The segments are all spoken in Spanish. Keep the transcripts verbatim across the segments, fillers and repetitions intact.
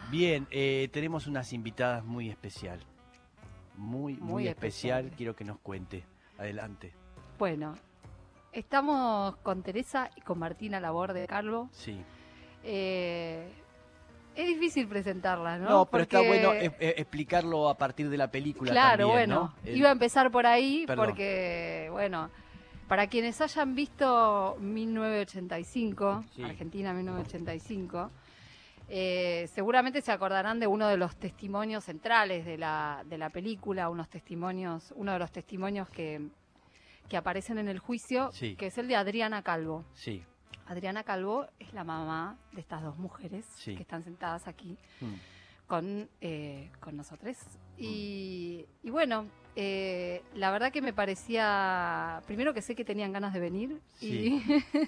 Bien, eh, tenemos unas invitadas muy especial. Muy, muy, Muy especial. especial. Quiero que nos cuente. Adelante. Bueno, estamos con Teresa y con Martina Laborde Calvo. Sí. Eh, es difícil presentarlas, ¿no? No, pero está Porque, bueno eh, eh, explicarlo a partir de la película claro, también, bueno, ¿no? El- iba a empezar por ahí Perdón. porque, bueno, para quienes hayan visto mil novecientos ochenta y cinco, Sí. Argentina mil novecientos ochenta y cinco, eh, seguramente se acordarán de uno de los testimonios centrales de la, de la película, unos testimonios, uno de los testimonios que, que aparecen en el juicio, Sí. que es el de Adriana Calvo. Sí. Adriana Calvo es la mamá de estas dos mujeres Sí. que están sentadas aquí Mm. con, eh, con nosotros. Y, y bueno, eh, la verdad que me parecía, primero que sé que tenían ganas de venir Sí.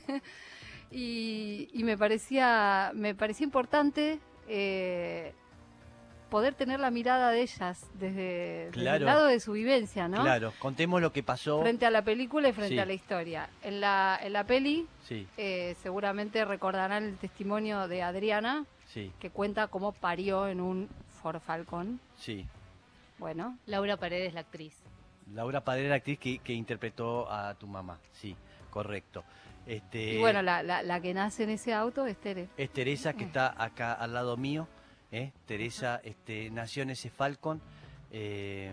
y, y, y me parecía, me parecía importante eh, poder tener la mirada de ellas desde, desde Claro. el lado de su vivencia, ¿no? Claro, contemos lo que pasó. Frente a la película y frente Sí. a la historia. En la, en la peli Sí, eh, seguramente recordarán el testimonio de Adriana, sí, que cuenta cómo parió en un Ford Falcon. sí. Bueno, Laura Paredes, la actriz. Laura Padrera, actriz que, que interpretó a tu mamá. Sí, correcto. Este, y bueno, la, la, la que nace en ese auto es Tere. Es Teresa, que está acá al lado mío. ¿eh? Teresa este, nació en ese Falcon. Eh,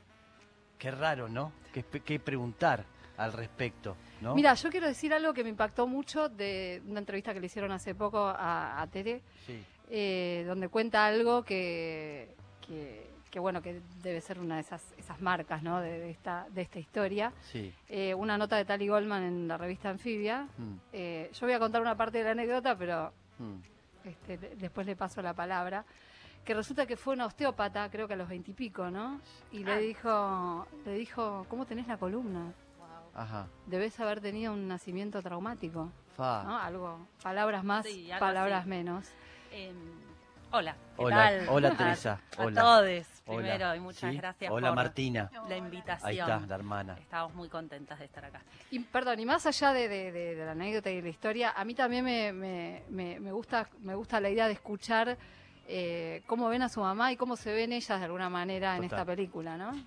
qué raro, ¿no? Qué, qué preguntar al respecto, ¿no? Mira, yo quiero decir algo que me impactó mucho de una entrevista que le hicieron hace poco a, a Tere, Sí, eh, donde cuenta algo que, que, que, bueno, que debe ser una de esas, esas marcas, ¿no? de, de, esta, de esta historia. sí. Eh, una nota de Tali Goldman en la revista Anfibia. Mm, Eh, yo voy a contar una parte de la anécdota, pero mm. este, de- después le paso la palabra. Que resulta que fue una osteópata, creo que a los veintipico, ¿no? Y le Ah. dijo, le dijo, ¿cómo tenés la columna? Ajá. Debes haber tenido un nacimiento traumático, Fa. ¿no? Algo, palabras más, Sí, algo palabras así. menos. Eh, hola, ¿qué Hola, tal? hola, A- Teresa, A, hola. todos, Hola. primero, y muchas Sí. gracias Hola, por Martina. la invitación. Ahí está, la hermana. Estamos muy contentas de estar acá. Y perdón, y más allá de, de- de- de la anécdota y de la historia, a mí también me, me- me- me gusta, me gusta la idea de escuchar eh, cómo ven a su mamá y cómo se ven ellas de alguna manera en Total. esta película, ¿no?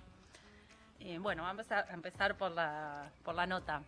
Eh, bueno, vamos a empezar por la, por la nota.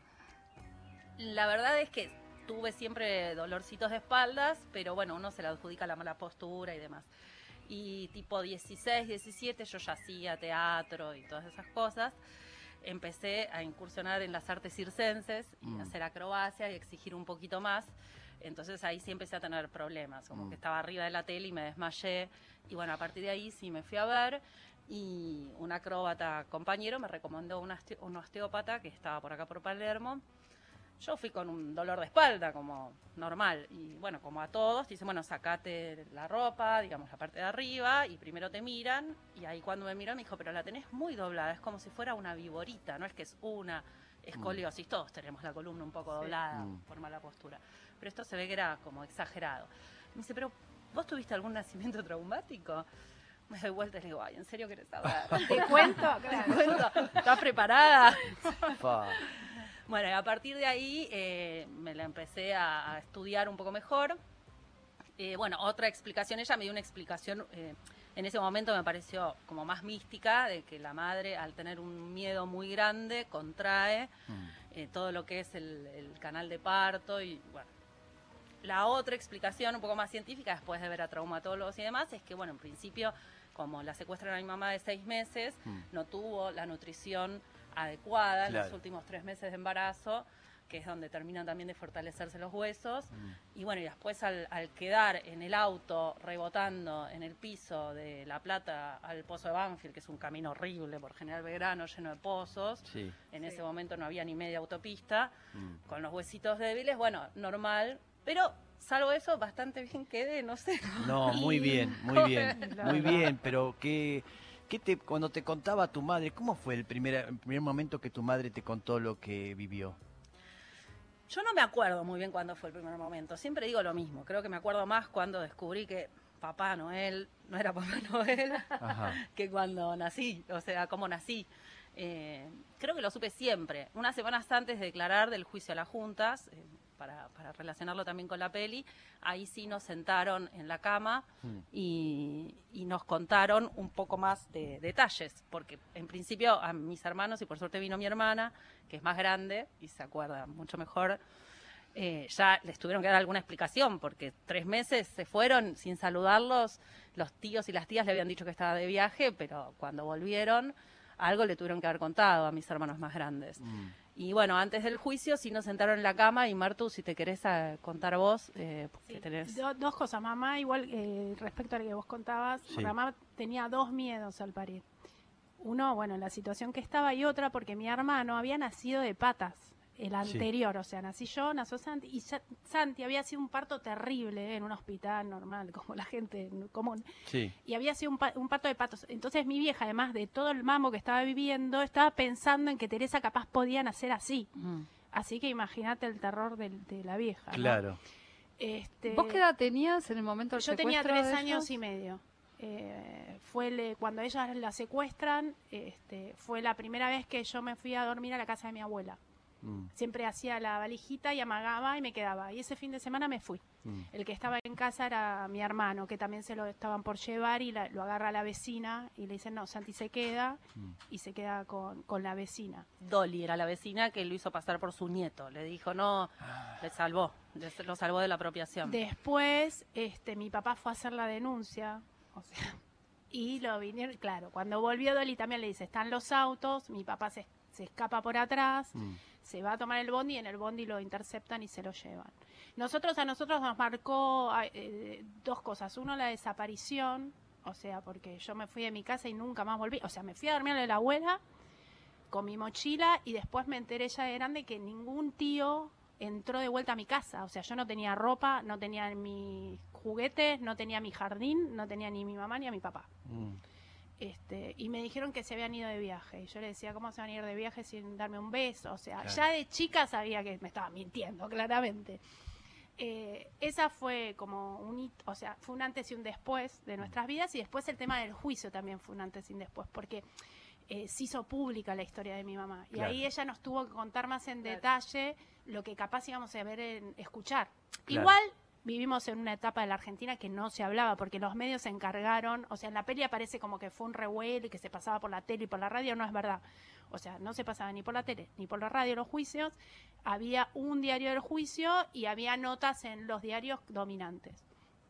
La verdad es que tuve siempre dolorcitos de espaldas, pero bueno, uno se le adjudica la mala postura y demás. Y tipo dieciséis, diecisiete yo ya hacía teatro y todas esas cosas. Empecé a incursionar en las artes circenses y Mm. a hacer acrobacia y exigir un poquito más. Entonces ahí sí empecé a tener problemas, como Mm. que estaba arriba de la tele y me desmayé. Y bueno, a partir de ahí sí me fui a ver y un acróbata compañero me recomendó un, osteo- un osteópata que estaba por acá por Palermo. Yo fui con un dolor de espalda, como normal. Y bueno, como a todos, te dicen, bueno, sacate la ropa, digamos, la parte de arriba, y primero te miran. Y ahí cuando me miró me dijo, pero la tenés muy doblada, es como si fuera una viborita, no es que es una escoliosis. Todos tenemos la columna un poco doblada Mm. por mala postura. Pero esto se ve que era como exagerado. Me dice, pero ¿vos tuviste algún nacimiento traumático? Me doy vuelta y le digo, ay, ¿en serio querés saber? ¿Te cuento? ¿Te cuento? ¿Estás preparada? Fa. Bueno, y a partir de ahí eh, me la empecé a, a estudiar un poco mejor. Eh, bueno, otra explicación, ella me dio una explicación, eh, en ese momento me pareció como más mística, de que la madre al tener un miedo muy grande contrae Mm. eh, todo lo que es el, el canal de parto y bueno. La otra explicación un poco más científica, después de ver a traumatólogos y demás, es que bueno, en principio, como la secuestran a mi mamá de seis meses, Mm. no tuvo la nutrición adecuada en Claro. los últimos tres meses de embarazo, que es donde terminan también de fortalecerse los huesos. Mm. Y bueno, y después al, al quedar en el auto rebotando en el piso de La Plata al Pozo de Banfield, que es un camino horrible por General Belgrano, lleno de pozos, Sí. en Sí. ese momento no había ni media autopista, Mm. con los huesitos débiles, bueno, normal, pero salvo eso, bastante bien quedé, no sé. No, muy bien, muy bien, La muy verdad. bien, pero ¿qué, qué te, cuando te contaba tu madre, cómo fue el primer, el primer momento que tu madre te contó lo que vivió? Yo no me acuerdo muy bien cuándo fue el primer momento, siempre digo lo mismo, creo que me acuerdo más cuando descubrí que Papá Noel no era Papá Noel Ajá. que cuando nací, o sea, cómo nací. Eh, creo que lo supe siempre. Unas semanas antes de declarar del juicio a las juntas, eh, para, para relacionarlo también con la peli, ahí sí nos sentaron en la cama Mm. y, y nos contaron un poco más de detalles, porque en principio a mis hermanos, y por suerte vino mi hermana, que es más grande y se acuerda mucho mejor, eh, ya les tuvieron que dar alguna explicación, porque tres meses se fueron sin saludarlos, los tíos y las tías le habían dicho que estaba de viaje, pero cuando volvieron, algo le tuvieron que haber contado a mis hermanos más grandes. Mm. Y bueno, antes del juicio sí nos sentaron en la cama, y Martu, si te querés eh, contar vos, eh, porque Sí, tenés... do- dos cosas. Mamá, igual eh, respecto a lo que vos contabas, Sí. mamá tenía dos miedos al parir. Uno, bueno, la situación que estaba, y otra porque mi hermano había nacido de patas, el anterior, o sea, nací yo, nació Santi, y ya- Santi había sido un parto terrible, eh, en un hospital normal, como la gente común, Sí. y había sido un, pa- un parto de patos. Entonces mi vieja, además de todo el mambo que estaba viviendo, estaba pensando en que Teresa capaz podía nacer así. Mm. Así que imagínate el terror de, de la vieja, ¿no? Claro. Este, ¿Vos qué edad tenías en el momento del yo tenía secuestro tres de años ellos? y medio. Eh, fue le- cuando ellas la secuestran, este, fue la primera vez que yo me fui a dormir a la casa de mi abuela. Mm. Siempre hacía la valijita y amagaba y me quedaba. Y ese fin de semana me fui. Mm. El que estaba en casa era mi hermano, que también se lo estaban por llevar, y la- lo agarra la vecina y le dicen, no, Santi se queda, Mm. y se queda con, con la vecina. Dolly era la vecina que lo hizo pasar por su nieto. Le dijo, no, le salvó, le- lo salvó de la apropiación. Después, este, mi papá fue a hacer la denuncia, o sea, y lo vinieron, claro, cuando volvió Dolly también le dice, están los autos, mi papá se, se escapa por atrás, Mm. se va a tomar el bondi, y en el bondi lo interceptan y se lo llevan. Nosotros, a nosotros nos marcó eh, dos cosas. Uno, la desaparición, o sea, porque yo me fui de mi casa y nunca más volví. O sea, me fui a dormir a la abuela con mi mochila, y después me enteré ya de grande que ningún tío entró de vuelta a mi casa. O sea, yo no tenía ropa, no tenía mis juguetes, no tenía mi jardín, no tenía ni mi mamá ni a mi papá. Mm. Este, y me dijeron que se habían ido de viaje. Y yo le decía, ¿cómo se van a ir de viaje sin darme un beso? O sea, Claro. ya de chica sabía que me estaba mintiendo, claramente. Eh, esa fue como un hito, o sea, fue un antes y un después de nuestras vidas. Y después el tema del juicio también fue un antes y un después, porque eh, se hizo pública la historia de mi mamá. Y Claro. ahí ella nos tuvo que contar más en Claro. detalle lo que capaz íbamos a ver, en escuchar. Claro. Igual vivimos en una etapa de la Argentina que no se hablaba, porque los medios se encargaron, o sea, en la peli aparece como que fue un revuelo y que se pasaba por la tele y por la radio. No es verdad. O sea, no se pasaba ni por la tele ni por la radio los juicios. Había un diario del juicio y había notas en los diarios dominantes.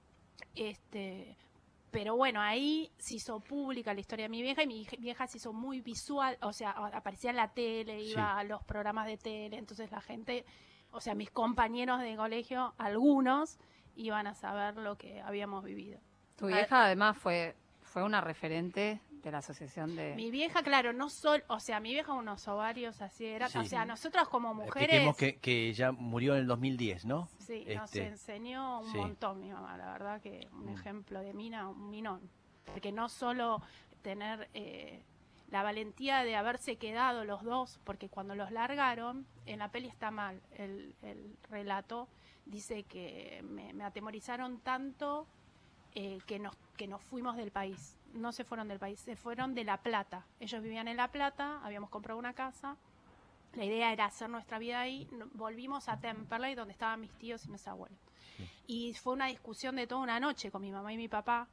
Este, pero bueno, ahí se hizo pública la historia de mi vieja, y mi vieja se hizo muy visual, o sea, a- aparecía en la tele, iba Sí. a los programas de tele, entonces la gente, o sea, mis compañeros de colegio, algunos, iban a saber lo que habíamos vivido. Tu vieja además fue, fue una referente de la asociación de... Mi vieja, claro, no solo, o sea, mi vieja unos ovarios así era, Sí. o sea, nosotras como mujeres, Expliquemos que, que ya murió en el dos mil diez, ¿no? sí, nos Este, enseñó un sí. montón mi mamá, la verdad que un Mm. ejemplo de mina, un minón, porque no solo tener eh, la valentía de haberse quedado los dos, porque cuando los largaron, en la peli está mal el, el relato, dice que me, me atemorizaron tanto eh, que nos que nos fuimos del país. No se fueron del país, se fueron de La Plata. Ellos vivían en La Plata, habíamos comprado una casa. La idea era hacer nuestra vida ahí. No- Volvimos a Temperley, donde estaban mis tíos y mis abuelos. Sí. Y fue una discusión de toda una noche con mi mamá y mi papá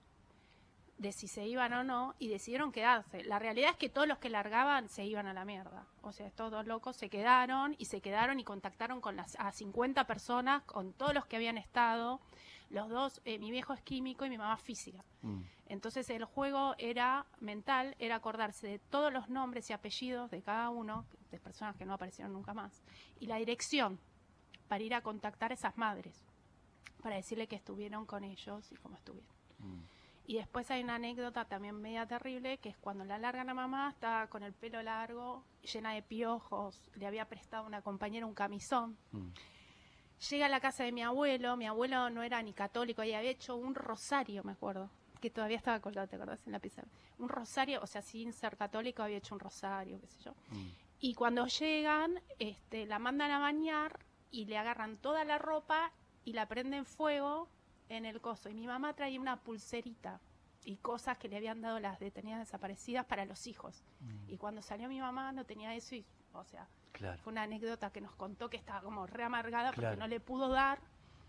de si se iban o no, y decidieron quedarse. La realidad es que todos los que largaban se iban a la mierda. O sea, estos dos locos se quedaron y se quedaron y contactaron con las a cincuenta personas, con todos los que habían estado. Los dos, eh, mi viejo es químico y mi mamá física. mm, Entonces el juego era mental, era acordarse de todos los nombres y apellidos de cada uno, de personas que no aparecieron nunca más, y la dirección para ir a contactar a esas madres, para decirle que estuvieron con ellos y cómo estuvieron. mm. Y después hay una anécdota también media terrible, que es cuando la largan a mamá, estaba con el pelo largo, llena de piojos, le había prestado a una compañera un camisón. Mm. Llega a la casa de mi abuelo, mi abuelo no era ni católico, y había hecho un rosario, me acuerdo, que todavía estaba colgado, ¿te acordás? En la pizarra. Un rosario, o sea, sin ser católico, había hecho un rosario, qué sé yo. Mm. Y cuando llegan, este, la mandan a bañar y le agarran toda la ropa y la prenden fuego en el coso. Y mi mamá traía una pulserita y cosas que le habían dado las detenidas desaparecidas para los hijos. Mm. Y cuando salió mi mamá no tenía eso y, O sea, Claro. fue una anécdota que nos contó que estaba como re amargada Claro. porque no le pudo dar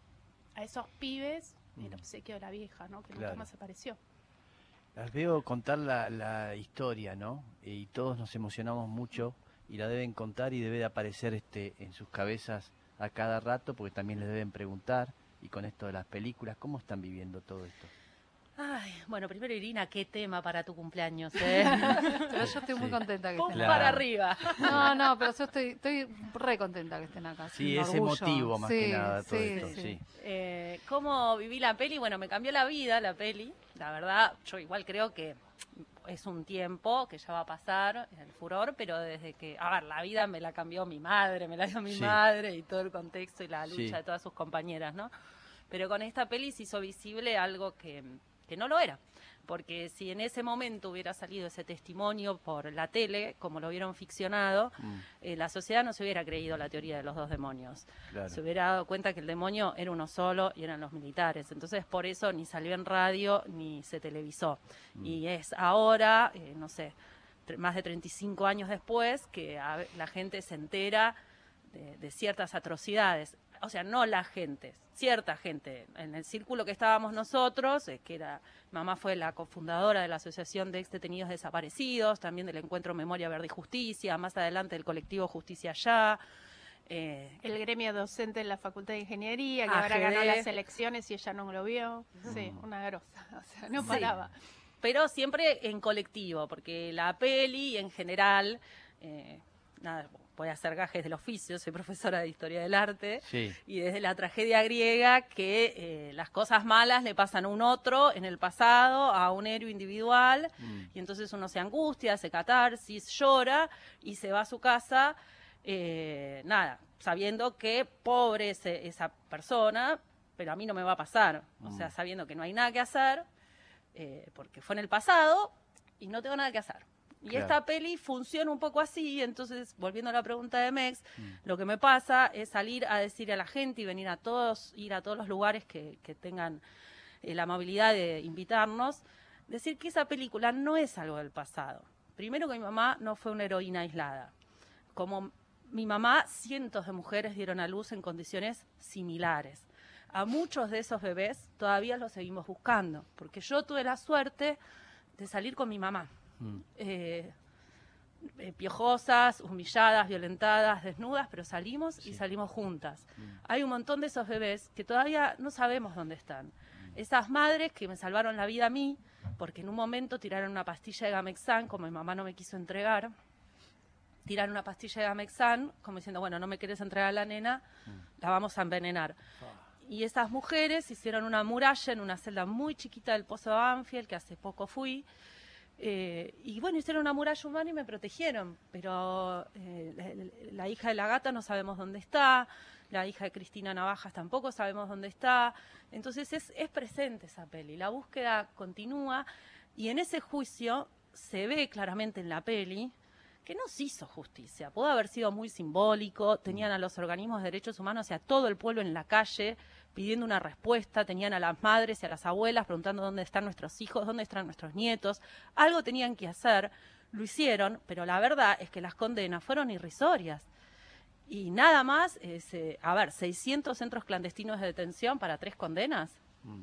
a esos pibes el Mm. obsequio de la vieja, ¿no? Que Claro. nunca más apareció. Las veo contar la, la historia, ¿no? Y todos nos emocionamos mucho y la deben contar y debe de aparecer este en sus cabezas a cada rato porque también les deben preguntar. Y con esto de las películas, ¿cómo están viviendo todo esto? Ay, bueno, primero Irina, qué tema para tu cumpleaños, ¿eh? Pero yo estoy muy Sí. contenta que Pum, estén Claro. para acá. arriba. No, no, pero yo estoy, estoy re contenta que estén acá. Sí, un es orgullo. emotivo más que Sí, nada todo sí, esto, sí. sí. Eh, ¿Cómo viví la peli? Bueno, me cambió la vida la peli. La verdad, yo igual creo que es un tiempo que ya va a pasar el furor, pero desde que, a ver, la vida me la cambió mi madre, me la dio mi Sí. madre y todo el contexto y la lucha Sí. de todas sus compañeras, ¿no? Pero con esta peli se hizo visible algo que, que no lo era. Porque si en ese momento hubiera salido ese testimonio por la tele, como lo vieron ficcionado, Mm, eh, la sociedad no se hubiera creído la teoría de los dos demonios. claro. Se hubiera dado cuenta que el demonio era uno solo y eran los militares. Entonces, por eso ni salió en radio ni se televisó. Mm. Y es ahora, eh, no sé, tre- más de treinta y cinco años después, que a ve- la gente se entera de, de ciertas atrocidades. O sea, no la gente, cierta gente. En el círculo que estábamos nosotros, eh, que era, mamá fue la cofundadora de la Asociación de Ex Detenidos Desaparecidos, también del Encuentro Memoria Verde y Justicia, más adelante del colectivo Justicia Ya. Eh, El gremio docente en la Facultad de Ingeniería, que A ahora G ganó D. las elecciones y ella no lo vio. Sí, Mm. una grosa. O sea, no Sí. paraba. pero siempre en colectivo, porque la peli en general, eh, nada, voy a hacer gajes del oficio, soy profesora de Historia del Arte, Sí, y desde la tragedia griega que eh, las cosas malas le pasan a un otro en el pasado, a un héroe individual, mm, y entonces uno se angustia, se catarsis, llora y se va a su casa, eh, nada, sabiendo que pobre ese- esa persona, pero a mí no me va a pasar, o sea, Mm. sabiendo que no hay nada que hacer, eh, porque fue en el pasado y no tengo nada que hacer. Y Claro. esta peli funciona un poco así, entonces, volviendo a la pregunta de Mex, mm. lo que me pasa es salir a decir a la gente y venir a todos, ir a todos los lugares que, que tengan eh, la amabilidad de invitarnos, decir que esa película no es algo del pasado. Primero que mi mamá no fue una heroína aislada. Como mi mamá, cientos de mujeres dieron a luz en condiciones similares. A muchos de esos bebés todavía los seguimos buscando, porque yo tuve la suerte de salir con mi mamá. Mm. Eh, eh, piojosas, humilladas, violentadas, desnudas, pero salimos Sí. y salimos juntas. Mm. Hay un montón de esos bebés que todavía no sabemos dónde están. Esas madres que me salvaron la vida a mí, porque en un momento tiraron una pastilla de Gamexan, como mi mamá no me quiso entregar, tiraron una pastilla de Gamexan, como diciendo, bueno, no me quieres entregar a la nena, la vamos a envenenar. Y esas mujeres hicieron una muralla en una celda muy chiquita del Pozo de Banfield, que hace poco fui, eh, y bueno, hicieron una muralla humana y me protegieron, pero eh, la, la hija de la gata no sabemos dónde está, la hija de Cristina Navajas tampoco sabemos dónde está, entonces es, es presente esa peli, la búsqueda continúa, y en ese juicio se ve claramente en la peli que no se hizo justicia, pudo haber sido muy simbólico, tenían a los organismos de derechos humanos y a todo el pueblo en la calle pidiendo una respuesta, tenían a las madres y a las abuelas preguntando dónde están nuestros hijos, dónde están nuestros nietos, algo tenían que hacer, lo hicieron, pero la verdad es que las condenas fueron irrisorias. Y nada más, es, eh, a ver, seiscientos centros clandestinos de detención para tres condenas. Mm.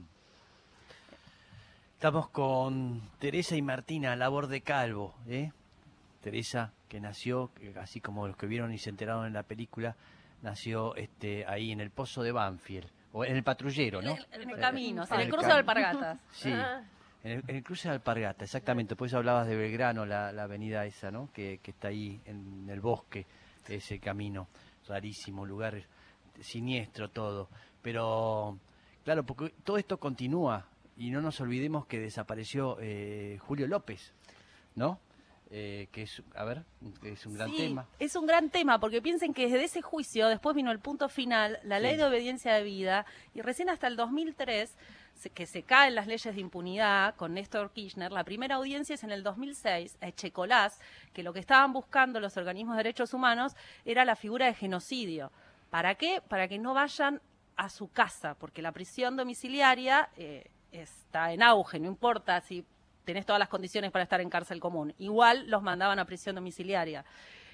Estamos con Teresa y Martina, labor de Calvo, ¿eh? Teresa, que nació, que así como los que vieron y se enteraron en la película, nació este, ahí en el Pozo de Banfield, o en el patrullero, ¿no? En el, en el camino, En en el el cruce cam- de Alpargatas. Sí, en el, en el cruce de Alpargata, exactamente. Por eso hablabas de Belgrano, la, la avenida esa, ¿no? Que, que está ahí en el bosque, ese camino, rarísimo, lugar siniestro todo. Pero, claro, porque todo esto continúa y no nos olvidemos que desapareció eh, Julio López, ¿no? Eh, que es, a ver, que es un gran Sí, tema. es un gran tema, porque piensen que desde ese juicio, después vino el punto final, la Sí. ley de obediencia de vida, y recién hasta el dos mil tres, se- que se caen las leyes de impunidad con Néstor Kirchner, la primera audiencia es en el dos mil seis, a Echecolás, que lo que estaban buscando los organismos de derechos humanos era la figura de genocidio. ¿Para qué? Para que no vayan a su casa, porque la prisión domiciliaria eh, está en auge, no importa si tenés todas las condiciones para estar en cárcel común. Igual los mandaban a prisión domiciliaria.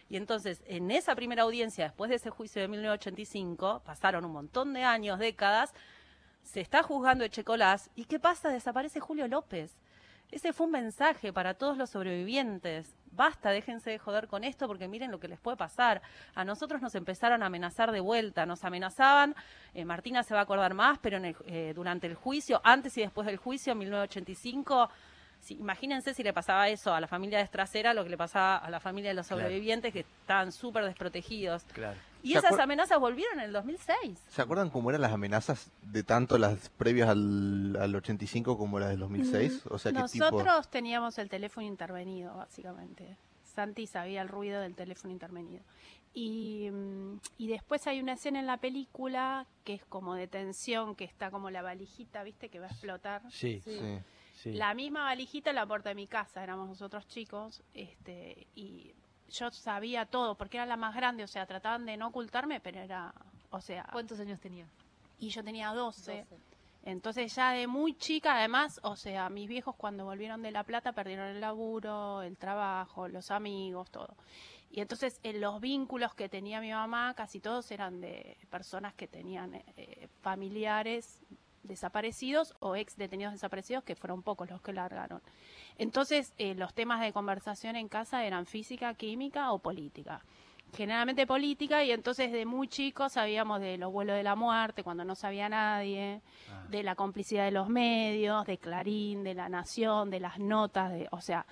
Y entonces, en esa primera audiencia, después de ese juicio de mil novecientos ochenta y cinco, pasaron un montón de años, décadas, se está juzgando Echecolás, ¿y qué pasa? Desaparece Julio López. Ese fue un mensaje para todos los sobrevivientes. Basta, déjense de joder con esto porque miren lo que les puede pasar. A nosotros nos empezaron a amenazar de vuelta, nos amenazaban, eh, Martina se va a acordar más, pero en el, eh, durante el juicio, antes y después del juicio, en mil novecientos ochenta y cinco... Sí, imagínense si le pasaba eso a la familia de Estracera, lo que le pasaba a la familia de los sobrevivientes, claro, que estaban súper desprotegidos. Claro. Y esas amenazas volvieron en el dos mil seis. ¿Se acuerdan cómo eran las amenazas de tanto las previas al, al ochenta y cinco como las del dos mil seis? O sea, ¿qué Nosotros tipo? teníamos el teléfono intervenido, básicamente. Santi sabía el ruido del teléfono intervenido. Y, y después hay una escena en la película que es como de tensión, que está como la valijita, ¿viste? Que va a explotar. Sí, Sí. sí. La misma valijita en la puerta de mi casa, éramos nosotros chicos, este, y yo sabía todo, porque era la más grande, o sea, trataban de no ocultarme, pero era, o sea... ¿Cuántos años tenía? Y yo tenía doce. doce. Entonces ya de muy chica, además, o sea, mis viejos cuando volvieron de La Plata perdieron el laburo, el trabajo, los amigos, todo. Y entonces en los vínculos que tenía mi mamá, casi todos eran de personas que tenían eh, familiares desaparecidos o ex detenidos desaparecidos, que fueron pocos los que largaron. Entonces eh, los temas de conversación en casa eran física, química o política. Generalmente política, y entonces de muy chicos sabíamos de los vuelos de la muerte, cuando no sabía nadie, ah. de la complicidad de los medios, de Clarín, de La Nación, de las notas, de, o sea,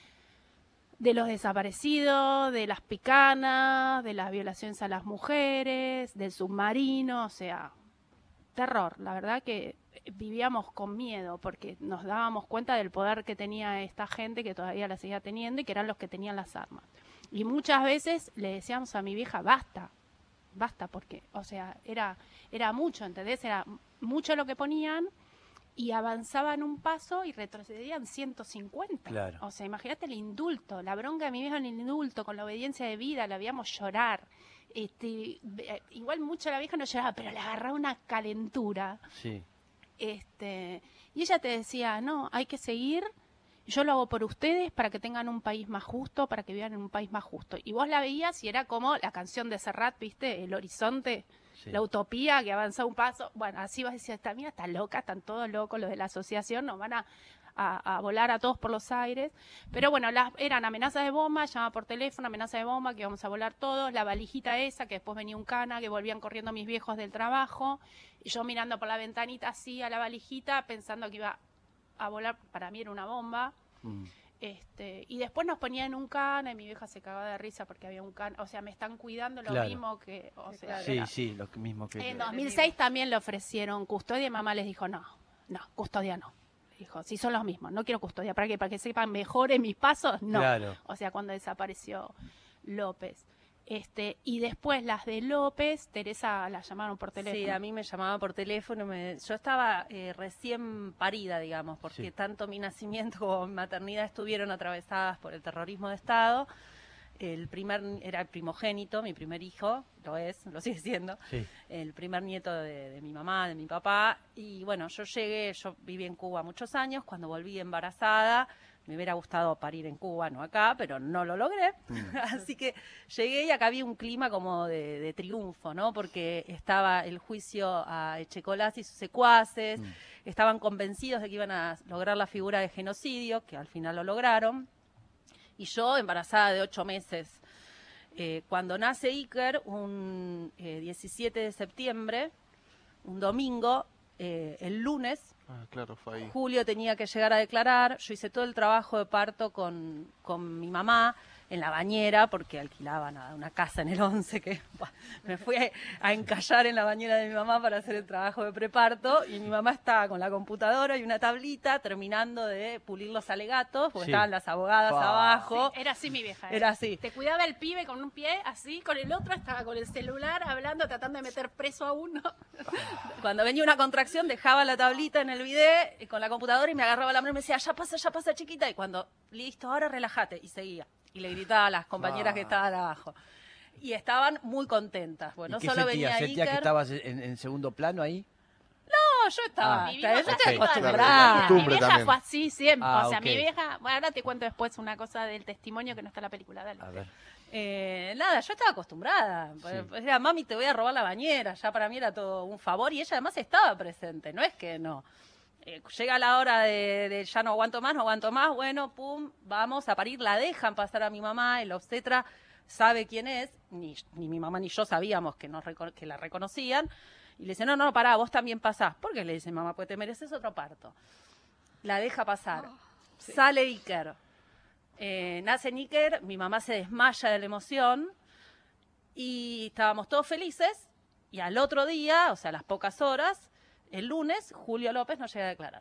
de los desaparecidos, de las picanas, de las violaciones a las mujeres, del submarino, o sea, terror. La verdad que vivíamos con miedo porque nos dábamos cuenta del poder que tenía esta gente, que todavía la seguía teniendo, y que eran los que tenían las armas. Y muchas veces le decíamos a mi vieja, basta, basta, porque, o sea, era, era mucho, ¿entendés? Era mucho lo que ponían y avanzaban un paso y retrocedían ciento cincuenta. Claro. O sea, imagínate el indulto, la bronca de mi vieja en el indulto, con la obediencia de vida, la veíamos llorar. Este, igual mucho la vieja no lloraba, pero le agarraba una calentura. Sí. Este, y ella te decía, no, hay que seguir. Yo lo hago por ustedes para que tengan un país más justo, para que vivan en un país más justo. Y vos la veías y era como la canción de Serrat, ¿viste? El horizonte, sí, la utopía que avanza un paso. Bueno, así vas a decir, esta mía está loca, están todos locos los de la asociación, nos van a, a, a volar a todos por los aires. Pero bueno, las, eran amenazas de bomba, llamaba por teléfono, amenaza de bomba, que íbamos a volar todos, la valijita esa, que después venía un cana, que volvían corriendo mis viejos del trabajo, y yo mirando por la ventanita así a la valijita, pensando que iba a volar, para mí era una bomba. Mm. Este, y después nos ponían un cana y mi vieja se cagaba de risa porque había un cana, o sea, me están cuidando lo claro. mismo que, o sea, sí, era, sí, lo mismo que en dos mil seis también le ofrecieron custodia y mamá les dijo, no, no, custodia no. Dijo, si son los mismos, no quiero custodia, ¿para qué? Para que sepan mejor en mis pasos, no. Claro. O sea, cuando desapareció López. Este, y después las de López, Teresa la llamaron por teléfono. Sí, a mí me llamaba por teléfono. Me, yo estaba eh, recién parida, digamos, porque sí, tanto mi nacimiento como mi maternidad estuvieron atravesadas por el terrorismo de Estado. El primer era el primogénito, mi primer hijo, lo es, lo sigue siendo. Sí. El primer nieto de, de mi mamá, de mi papá. Y bueno, yo llegué, yo viví en Cuba muchos años. Cuando volví embarazada, me hubiera gustado parir en Cuba, no acá, pero no lo logré. Mm. Así que llegué y acá había un clima como de, de triunfo, ¿no? Porque estaba el juicio a Echecolás y sus secuaces, mm. estaban convencidos de que iban a lograr la figura de genocidio, que al final lo lograron. Y yo embarazada de ocho meses. Eh, cuando nace Iker, un eh, diecisiete de septiembre, un domingo, eh, el lunes, Ah, claro, fue ahí. Julio tenía que llegar a declarar. Yo hice todo el trabajo de parto con, con mi mamá en la bañera, porque alquilaban a una casa en el once, que bah, me fui a, a encallar en la bañera de mi mamá para hacer el trabajo de preparto, y mi mamá estaba con la computadora y una tablita terminando de pulir los alegatos, porque sí, estaban las abogadas oh. abajo. Sí, era así mi vieja. ¿eh? Era así. Te cuidaba el pibe con un pie así, con el otro estaba con el celular hablando, tratando de meter preso a uno. Cuando venía una contracción dejaba la tablita en el bidet con la computadora y me agarraba la mano y me decía, ya pasa, ya pasa, chiquita, y cuando, listo, ahora relájate, y seguía. Y le gritaba a las compañeras ah. que estaban abajo. Y estaban muy contentas. Bueno, ¿Y qué solo sentías? venía ¿Sentías Iker. que estabas en, en segundo plano ahí? No, yo estaba. Ah. Mi vieja, yo okay. estoy acostumbrada. Mi vieja también. Fue así siempre. Ah, o sea, okay. mi vieja. Bueno, ahora te cuento después una cosa del testimonio que no está en la película. Dale. A ver. Eh, nada, yo estaba acostumbrada. Sí. Era, mami, te voy a robar la bañera. Ya para mí era todo un favor y ella además estaba presente. No es que no. Eh, llega la hora de, de ya no aguanto más, no aguanto más. Bueno, pum, vamos a parir. La dejan pasar a mi mamá. El obstetra sabe quién es. Ni, ni mi mamá ni yo sabíamos que, nos, que la reconocían. Y le dice, no, no, pará, vos también pasás. ¿Por qué? Le dice, mamá, pues te mereces otro parto. La deja pasar. Oh, sí. Sale Iker. Eh, nace Iker, mi mamá se desmaya de la emoción y estábamos todos felices. Y al otro día, o sea, a las pocas horas, el lunes, Julio López nos llega a declarar.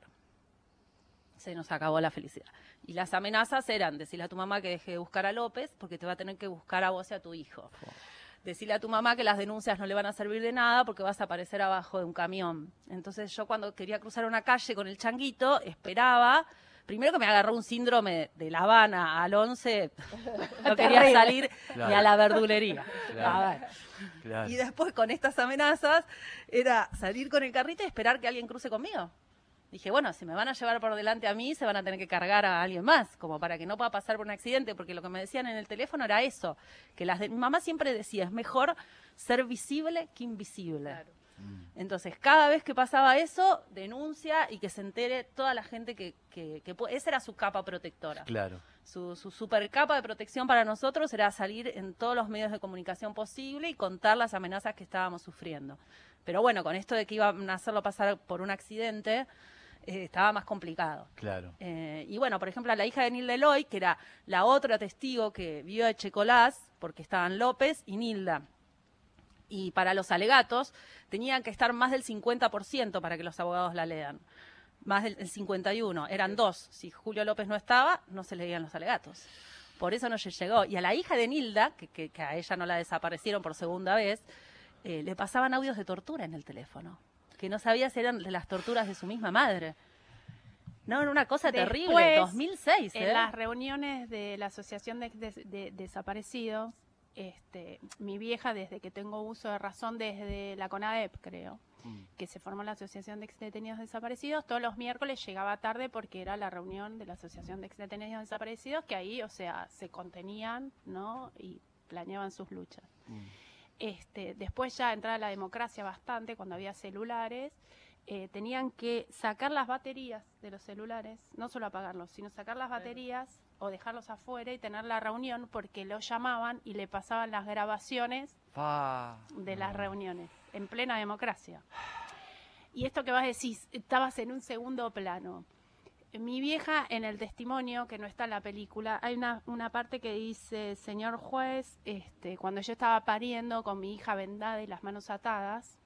Se nos acabó la felicidad. Y las amenazas eran decirle a tu mamá que deje de buscar a López porque te va a tener que buscar a vos y a tu hijo. Decirle a tu mamá que las denuncias no le van a servir de nada porque vas a aparecer abajo de un camión. Entonces yo cuando quería cruzar una calle con el changuito, esperaba. Primero que me agarró un síndrome de La Habana al once, no quería salir Claro. ni a la verdulería. Claro. A ver. Claro. Y después con estas amenazas era salir con el carrito y esperar que alguien cruce conmigo. Dije, bueno, si me van a llevar por delante a mí, se van a tener que cargar a alguien más, como para que no pueda pasar por un accidente, porque lo que me decían en el teléfono era eso, que las de, mi mamá siempre decía, es mejor ser visible que invisible. Claro. Entonces, cada vez que pasaba eso, denuncia y que se entere toda la gente que, que, que puede. Esa era su capa protectora. Claro. Su, su super capa de protección para nosotros era salir en todos los medios de comunicación posible y contar las amenazas que estábamos sufriendo. Pero bueno, con esto de que iban a hacerlo pasar por un accidente, eh, estaba más complicado. Claro. Eh, y bueno, por ejemplo, a la hija de Nilda Eloy, que era la otra testigo que vio a Echecolás, porque estaban López y Nilda. Y para los alegatos tenían que estar más del cincuenta por ciento para que los abogados la lean. Más del el cincuenta y uno. Eran dos. Si Julio López no estaba, no se leían los alegatos. Por eso no llegó. Y a la hija de Nilda, que, que, que a ella no la desaparecieron por segunda vez, eh, le pasaban audios de tortura en el teléfono. Que no sabía si eran de las torturas de su misma madre. No, era una cosa Después, terrible. dos mil seis, ¿eh? En las reuniones de la Asociación de, de- de Desaparecidos, este, mi vieja, desde que tengo uso de razón, desde la CONADEP, creo, Mm. que se formó la Asociación de Exdetenidos Desaparecidos, todos los miércoles llegaba tarde porque era la reunión de la Asociación de Exdetenidos Desaparecidos, que ahí, o sea, se contenían, ¿no? Y planeaban sus luchas. Mm. Este, después ya entraba la democracia bastante, cuando había celulares, eh, tenían que sacar las baterías de los celulares, no solo apagarlos, sino sacar las baterías o dejarlos afuera y tener la reunión porque lo llamaban y le pasaban las grabaciones Fa. de las reuniones, en plena democracia. Y esto que vas a decir, estabas en un segundo plano. Mi vieja, en el testimonio, que no está en la película, hay una, una parte que dice, señor juez, este, cuando yo estaba pariendo con mi hija vendada y las manos atadas,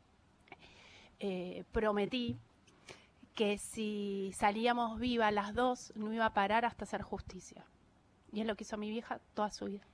eh, prometí que si salíamos vivas las dos, no iba a parar hasta hacer justicia. Y es lo que hizo mi vieja toda su vida.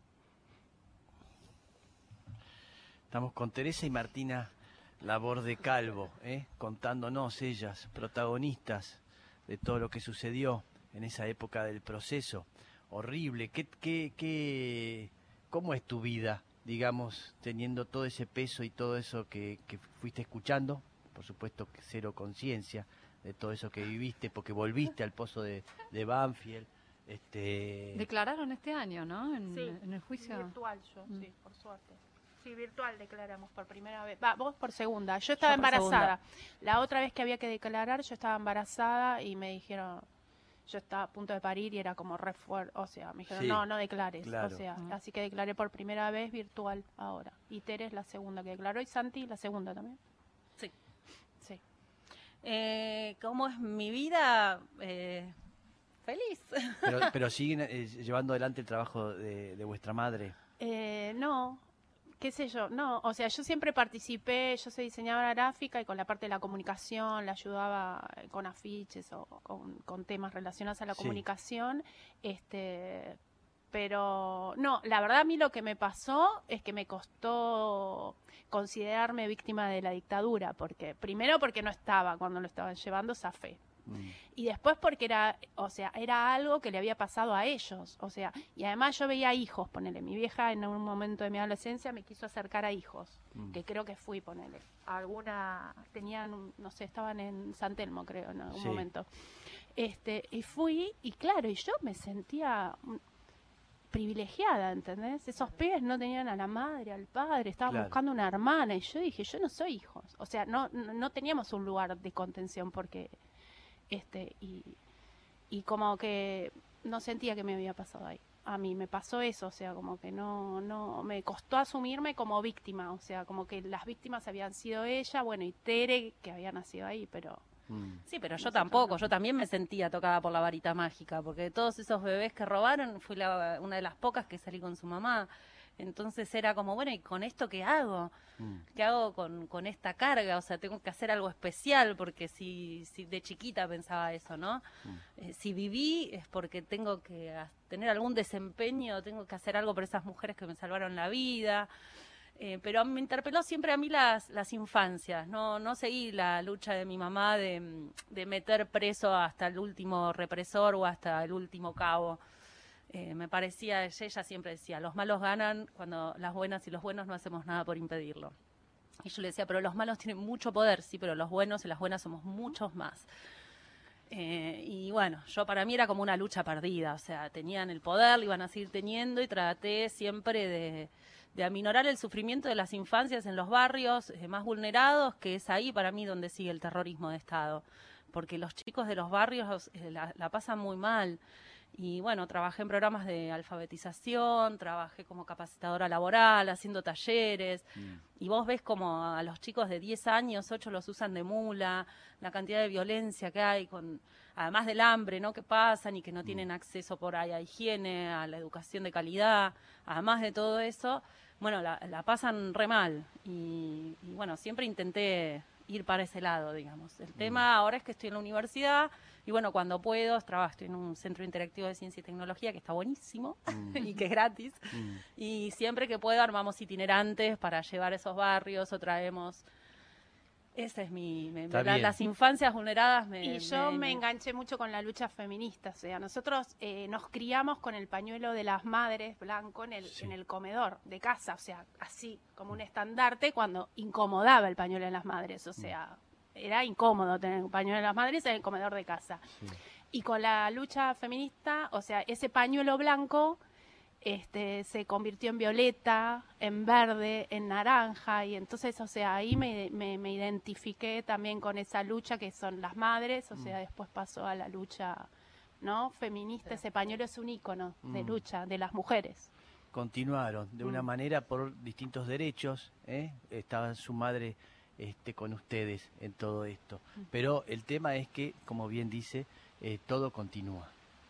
Estamos con Teresa y Martina Laborde Calvo, ¿eh? Contándonos ellas, protagonistas de todo lo que sucedió en esa época del proceso. Horrible. ¿Qué, qué, qué, ¿Cómo es tu vida, digamos, teniendo todo ese peso y todo eso que, que fuiste escuchando? Por supuesto que cero conciencia de todo eso que viviste, porque volviste al pozo de, de Banfield. Este... Declararon este año, ¿no? En, Sí, en el juicio. Virtual yo, Mm. sí, por suerte. Sí, virtual declaramos por primera vez. Va, vos por segunda. Yo estaba Yo por embarazada. La otra vez que había que declarar, yo estaba embarazada y me dijeron, yo estaba a punto de parir y era como re fuerte. O sea, me dijeron, Sí, no, no declares. claro. O sea, Mm. así que declaré por primera vez virtual ahora. Y Tere es la segunda que declaró y Santi la segunda también. Sí. Sí. Eh, ¿Cómo es mi vida? Eh, feliz. Pero, pero siguen eh, llevando adelante el trabajo de, de vuestra madre. Eh, no, qué sé yo, no, o sea, yo siempre participé, yo soy diseñadora gráfica y con la parte de la comunicación, la ayudaba eh, con afiches o con, con temas relacionados a la Sí. comunicación, este, pero no, la verdad a mí lo que me pasó es que me costó considerarme víctima de la dictadura, porque primero porque no estaba cuando lo estaban llevando, zafé. Mm. Y después porque era, o sea, era algo que le había pasado a ellos, o sea, y además yo veía hijos, ponele, mi vieja en un momento de mi adolescencia me quiso acercar a hijos, Mm. que creo que fui, ponele, alguna, tenían, un- no sé, estaban en San Telmo, creo, en algún Sí. momento, este, y fui, y claro, y yo me sentía, mm, privilegiada, ¿entendés? Esos pibes no tenían a la madre, al padre, estaban Claro. buscando una hermana y yo dije, yo no soy hijos. O sea, no, no, no teníamos un lugar de contención porque, este, y, y como que no sentía que me había pasado ahí. A mí me pasó eso, o sea, como que no, no, me costó asumirme como víctima, o sea, como que las víctimas habían sido ella, bueno, y Tere, que había nacido ahí, pero... Mm. Sí, pero yo Nosotros tampoco, no. yo también me sentía tocada por la varita mágica, porque de todos esos bebés que robaron, fui la, una de las pocas que salí con su mamá. Entonces era como, bueno, ¿y con esto qué hago? Mm. ¿Qué hago con, con esta carga? O sea, tengo que hacer algo especial, porque si, si de chiquita pensaba eso, ¿no? Mm. Eh, si viví es porque tengo que a- tener algún desempeño, tengo que hacer algo por esas mujeres que me salvaron la vida. Eh, pero me interpeló siempre a mí las, las infancias, no, no seguí la lucha de mi mamá de, mm, de meter preso hasta el último represor o hasta el último cabo. Eh, me parecía, ella siempre decía, los malos ganan cuando las buenas y los buenos no hacemos nada por impedirlo. Y yo le decía, pero los malos tienen mucho poder, sí, pero los buenos y las buenas somos muchos más. Eh, y bueno, yo para mí era como una lucha perdida, o sea, tenían el poder, lo iban a seguir teniendo y traté siempre de, de aminorar el sufrimiento de las infancias en los barrios eh, más vulnerados, que es ahí para mí donde sigue el terrorismo de Estado, porque los chicos de los barrios eh, la, la pasan muy mal. Y bueno, trabajé en programas de alfabetización, trabajé como capacitadora laboral, haciendo talleres, Mm. y vos ves como a los chicos de diez años, ocho los usan de mula, la cantidad de violencia que hay, con además del hambre, ¿no? Que pasan y que no tienen acceso por ahí a higiene, a la educación de calidad, además de todo eso, bueno, la, la pasan re mal. Y, y bueno, siempre intenté ir para ese lado, digamos. El tema ahora es que estoy en la universidad y bueno, cuando puedo, trabajo, estoy en un centro interactivo de ciencia y tecnología que está buenísimo Mm. y que es gratis. Mm. Y siempre que puedo armamos itinerantes para llevar a esos barrios o traemos... Esa es mi... me- Está la- bien. las infancias vulneradas me... Y yo me enganché mucho con la lucha feminista, o sea, nosotros eh, nos criamos con el pañuelo de las madres blanco en el, Sí. en el comedor de casa, o sea, así como un estandarte cuando incomodaba el pañuelo de las madres, o sea, era incómodo tener un pañuelo de las madres en el comedor de casa. Sí. Y con la lucha feminista, o sea, ese pañuelo blanco este, se convirtió en violeta, en verde, en naranja, y entonces, o sea, ahí me, me, me identifiqué también con esa lucha que son las madres, o sea, después pasó a la lucha, ¿no? Feminista, ese pañuelo es un ícono de Mm. lucha de las mujeres. Continuaron de una Mm. manera por distintos derechos, ¿eh? Estaba su madre este, con ustedes en todo esto. Pero el tema es que, como bien dice, eh, todo continúa.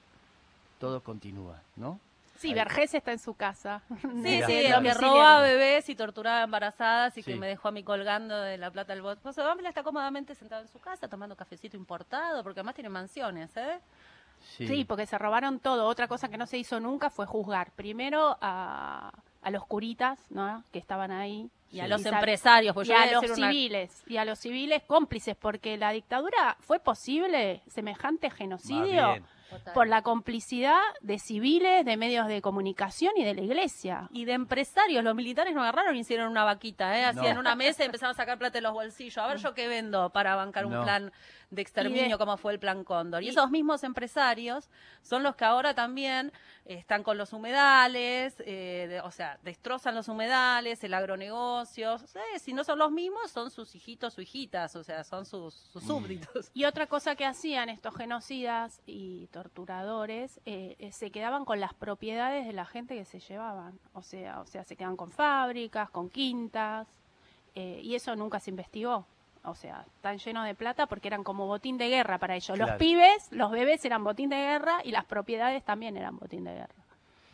Todo continúa, ¿no? Sí, Ahí. Vergés está en su casa. Sí, Mira, sí, claro. el que robaba bebés y torturaba embarazadas y Sí. que me dejó a mí colgando de la plata del bot. Pues Dámela está cómodamente sentado en su casa tomando cafecito importado, porque además tiene mansiones, ¿eh? Sí, porque se robaron todo. Otra cosa que no se hizo nunca fue juzgar. Primero a, a los curitas, ¿no? Que estaban ahí. Y a Sí. los Y sab- empresarios, pues y yo voy a a los decir una- civiles, y a los civiles cómplices, porque la dictadura fue posible, semejante Más genocidio, bien. por la complicidad de civiles, de medios de comunicación y de la iglesia. Y de empresarios, los militares no agarraron y hicieron una vaquita, ¿eh? Hacían No. una mesa y empezaron a sacar plata de los bolsillos. A ver yo qué vendo para bancar un No. plan de exterminio Y de- como fue el plan Cóndor. Y, y- esos mismos empresarios son los que ahora también eh, están con los humedales, eh, de- o sea, destrozan los humedales, el agronegocio. O sea, si no son los mismos, son sus hijitos o hijitas, o sea, son sus, sus súbditos. Y otra cosa que hacían estos genocidas y torturadores, eh, eh, se quedaban con las propiedades de la gente que se llevaban. O sea, o sea, se quedaban con fábricas, con quintas, eh, y eso nunca se investigó. O sea, están llenos de plata porque eran como botín de guerra para ellos. Los Claro. pibes, los bebés eran botín de guerra y las propiedades también eran botín de guerra.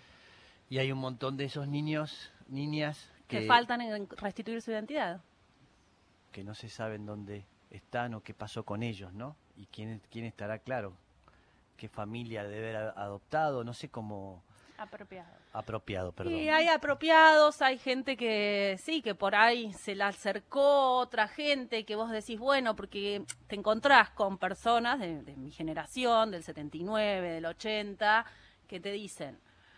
Y hay un montón de esos niños, niñas Que que, faltan en restituir su identidad. que no se saben dónde están o qué pasó con ellos, ¿no? Y quién, quién estará claro, qué familia debe haber adoptado, no sé cómo Apropiado. apropiado, perdón. Y hay apropiados, hay gente que sí, que por ahí se la acercó otra gente, que vos decís, bueno, porque te encontrás con personas de, de mi generación, del setenta y nueve, del ochenta, que te dicen,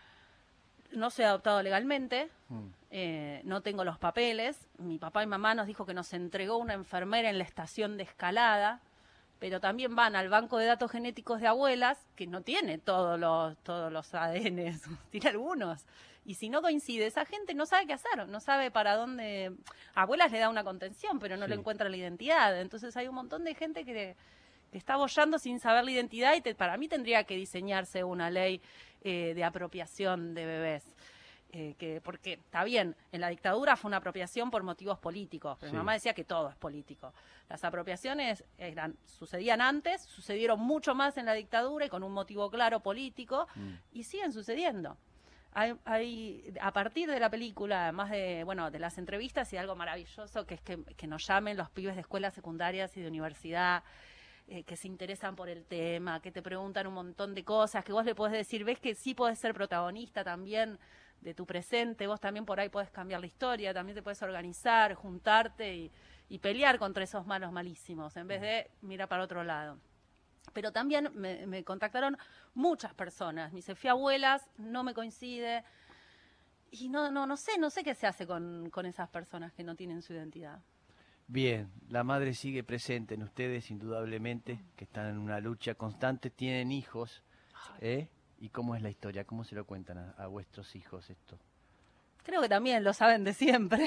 no soy adoptado legalmente, Mm. eh, no tengo los papeles, mi papá y mamá nos dijo que nos entregó una enfermera en la estación de Escalada, pero también van al banco de datos genéticos de abuelas, que no tiene todos los, todos los A D Ns, tiene algunos. Y si no coincide, esa gente no sabe qué hacer, no sabe para dónde... A abuelas le da una contención, pero no Sí. le encuentra la identidad. Entonces hay un montón de gente que, que está boyando sin saber la identidad y te, para mí tendría que diseñarse una ley eh, de apropiación de bebés. Eh, que porque está bien, en la dictadura fue una apropiación por motivos políticos, pero Sí. mi mamá decía que todo es político. Las apropiaciones eran, sucedían antes, sucedieron mucho más en la dictadura y con un motivo claro político, Mm. y siguen sucediendo. Hay, hay, a partir de la película, además de, bueno, de las entrevistas y algo maravilloso, que es que, que nos llamen los pibes de escuelas secundarias y de universidad, eh, que se interesan por el tema, que te preguntan un montón de cosas, que vos le podés decir, ves que sí podés ser protagonista también de tu presente, vos también por ahí podés cambiar la historia, también te podés organizar, juntarte y, y pelear contra esos malos malísimos, en vez de mirar para otro lado. Pero también me, me contactaron muchas personas, me dice, fui abuelas, no me coincide, y no, no, no sé, no sé qué se hace con, con esas personas que no tienen su identidad. Bien, la madre sigue presente en ustedes, indudablemente, que están en una lucha constante, tienen hijos, ¿eh? ¿Y cómo es la historia? ¿Cómo se lo cuentan a, a vuestros hijos esto? Creo que también lo saben de siempre.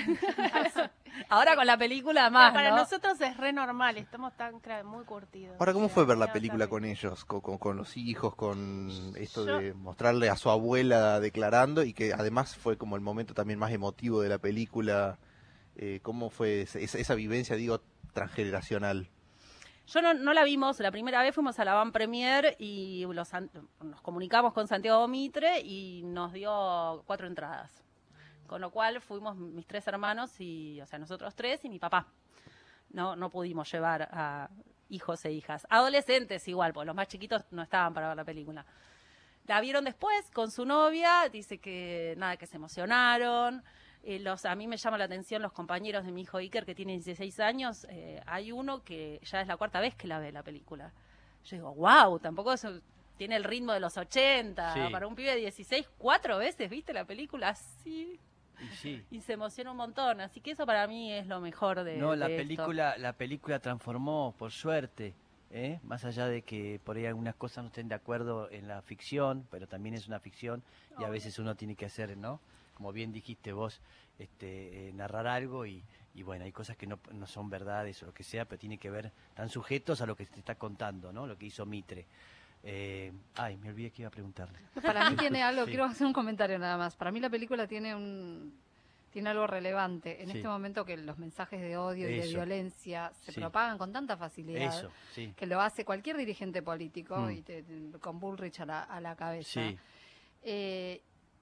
Ahora con la película más, Para ¿no? nosotros es re normal, estamos tan cra- muy curtidos. Ahora, ¿cómo O sea, fue ver la no, película también. con ellos, con, con- con los hijos, con esto Yo- de mostrarle a su abuela declarando y que además fue como el momento también más emotivo de la película? Eh, ¿Cómo fue esa, esa- esa vivencia, digo, transgeneracional? Yo no, no la vimos, la primera vez fuimos a la Van Premier y los an- nos comunicamos con Santiago Mitre y nos dio cuatro entradas. Con lo cual fuimos mis tres hermanos, y, o sea, nosotros tres y mi papá. No, no pudimos llevar a hijos e hijas. Adolescentes igual, porque los más chiquitos no estaban para ver la película. La vieron después con su novia, dice que nada, que se emocionaron. Eh, los, a mí me llama la atención los compañeros de mi hijo Iker, que tiene dieciséis años. Eh, hay uno que ya es la cuarta vez que la ve la película. Yo digo, wow, tampoco eso tiene el ritmo de los ochenta. Sí. Para un pibe de dieciséis, cuatro veces viste la película así Y sí. y se emociona un montón. Así que eso para mí es lo mejor de No, la de esto. película, la película transformó, por suerte, ¿eh? Más allá de que por ahí algunas cosas no estén de acuerdo en la ficción, pero también es una ficción y a veces uno tiene que hacer, ¿no? Como bien dijiste vos, este, eh, narrar algo y, y bueno, hay cosas que no, no son verdades o lo que sea, pero tiene que ver, están sujetos a lo que se está contando, ¿no? Lo que hizo Mitre. Eh, ay, me olvidé que iba a preguntarle. Para mí tiene algo, Sí. quiero hacer un comentario nada más. Para mí la película tiene un tiene algo relevante. En Sí. este momento que los mensajes de odio y de Eso. violencia se Sí. propagan con tanta facilidad, Eso, sí. que lo hace cualquier dirigente político, Mm. y te- te- con Bullrich a la, a la cabeza. Sí, Eh,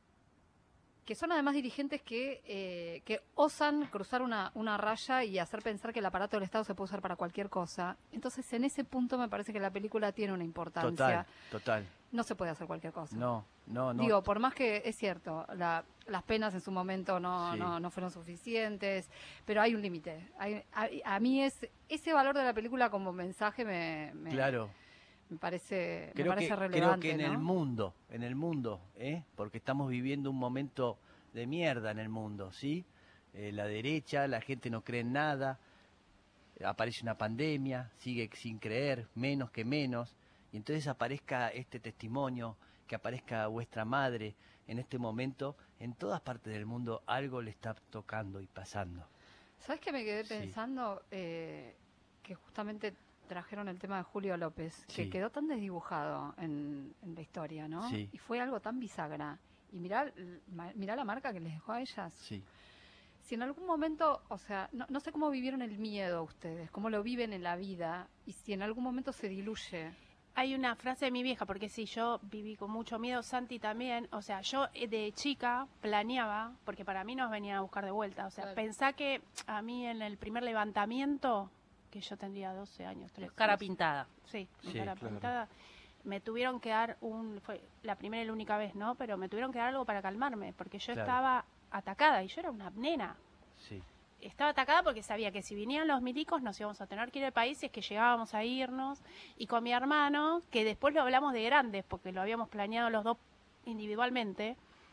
que son además dirigentes que, eh, que osan cruzar una, una raya y hacer pensar que el aparato del Estado se puede usar para cualquier cosa. Entonces, en ese punto me parece que la película tiene una importancia. total, total. No se puede hacer cualquier cosa. No, no, no. Digo, por más que es cierto, la- las penas en su momento no, Sí. no, no fueron suficientes, pero hay un límite. Hay- A, a mí es ese valor de la película como mensaje me, me, Claro. me parece, me Creo parece que, relevante. creo que en ¿no? el mundo, en el mundo, ¿eh? Porque estamos viviendo un momento de mierda en el mundo, ¿sí? Eh, la derecha, la gente no cree en nada, eh, aparece una pandemia, sigue sin creer, menos que menos, y entonces aparezca este testimonio, que aparezca vuestra madre en este momento, en todas partes del mundo algo le está tocando y pasando. ¿Sabes qué me quedé Sí. pensando? Eh, que justamente trajeron el tema de Julio López, que Sí. quedó tan desdibujado en, en la historia, ¿no? Sí. Y fue algo tan bisagra. Y mirá, l- ma- mirá la marca que les dejó a ellas. Sí. Si en algún momento, o sea, no, no sé cómo vivieron el miedo ustedes, cómo lo viven en la vida, y si en algún momento se diluye. Hay una frase de mi vieja, porque sí, yo viví con mucho miedo, Santi también, o sea, yo eh, de chica planeaba, porque para mí nos venían a buscar de vuelta, o sea, Claro. pensá que a mí en el primer levantamiento, que yo tendría doce años, trece, Cara no sé, pintada. sí, mi Sí, cara claro. pintada, me tuvieron que dar un, fue la primera y la única vez, ¿no? Pero me tuvieron que dar algo para calmarme, porque yo Claro. estaba atacada y yo era una nena. Sí. Estaba atacada porque sabía que si vinieran los milicos nos íbamos a tener que ir del país si es que llegábamos a irnos. Y con mi hermano, que después lo hablamos de grandes, porque lo habíamos planeado los dos individualmente,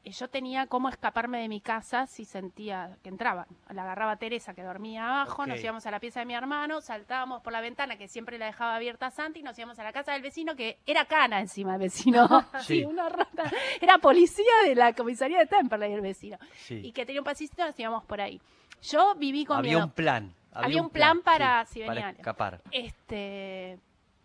eh, yo tenía cómo escaparme de mi casa si sentía que entraban. La agarraba a Teresa, que dormía abajo, Ok. nos íbamos a la pieza de mi hermano, saltábamos por la ventana, que siempre la dejaba abierta a Santi, y nos íbamos a la casa del vecino, que era cana encima del vecino. Sí. Sí, una rata. Era policía de la comisaría de Temperley el vecino. Sí. Y que tenía un pasito, nos íbamos por ahí. Yo viví con Había miedo. un plan. Había un plan para sí, si venía para alguien. escapar. Este,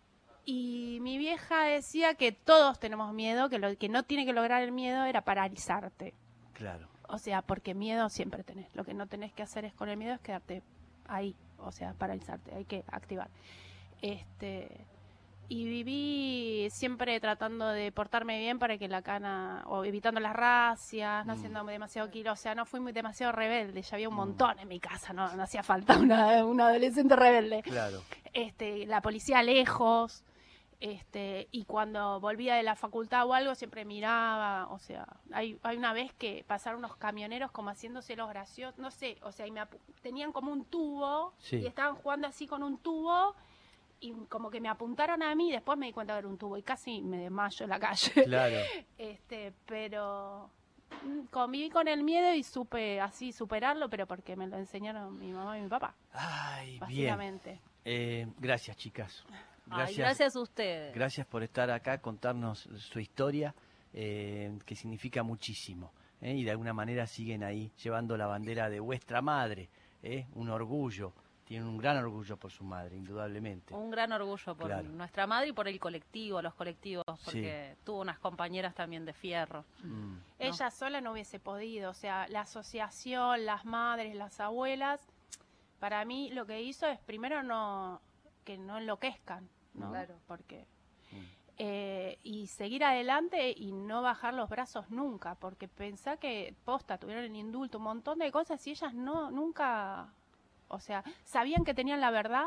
y mi vieja decía que todos tenemos miedo, que lo que no tiene que lograr el miedo era paralizarte. Claro. O sea, porque miedo siempre tenés. Lo que no tenés que hacer es con el miedo es quedarte ahí, o sea, paralizarte, hay que activar. Este, y viví siempre tratando de portarme bien para que la cana, o evitando las racias, no Mm. haciendo demasiado kilo, o sea, no fui muy demasiado rebelde, ya había un Mm. montón en mi casa, no, no hacía falta una, una adolescente rebelde. Claro. Este, la policía lejos, este, y cuando volvía de la facultad o algo siempre miraba, o sea, hay, hay una vez que pasaron unos camioneros como haciéndose los graciosos, no sé, o sea, y me apu- tenían como un tubo Sí. y estaban jugando así con un tubo y como que me apuntaron a mí, después me di cuenta que era un tubo y casi me desmayo en la calle. Claro. Este, pero mm, conviví con el miedo y supe así superarlo, pero porque me lo enseñaron mi mamá y mi papá, Ay, bien. básicamente. Eh, gracias, chicas. Ay, gracias a ustedes. Gracias por estar acá, contarnos su historia, eh, que significa muchísimo. ¿eh? Y de alguna manera siguen ahí llevando la bandera de vuestra madre. ¿eh? Un orgullo. Tienen un gran orgullo por su madre, indudablemente. Un gran orgullo por Claro. nuestra madre y por el colectivo, los colectivos, porque tuvo unas compañeras también de fierro. Mm, Ella sola no hubiese podido, o sea, la asociación, las madres, las abuelas, para mí lo que hizo es primero no que no enloquezcan, ¿no? Claro. Porque mm. eh, y seguir adelante y no bajar los brazos nunca, porque pensá que posta tuvieron el indulto, un montón de cosas y ellas no nunca, o sea, sabían que tenían la verdad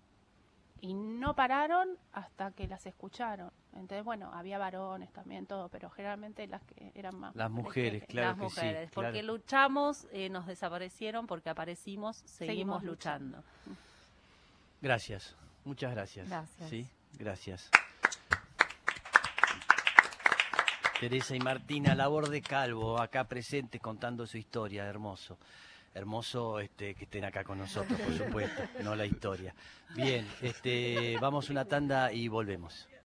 y no pararon hasta que las escucharon. Entonces, bueno, había varones también, todo, pero generalmente las que eran más... Las mujeres, claro Las que sí, mujeres, porque claro. luchamos, eh, nos desaparecieron, porque aparecimos, seguimos, Seguimos luchando. Gracias, muchas gracias. Gracias. Sí, gracias. Teresa y Martina Labor de Calvo, acá presentes contando su historia, hermoso. Hermoso este, que estén acá con nosotros, por supuesto, no la historia. Bien, este, vamos una tanda y volvemos.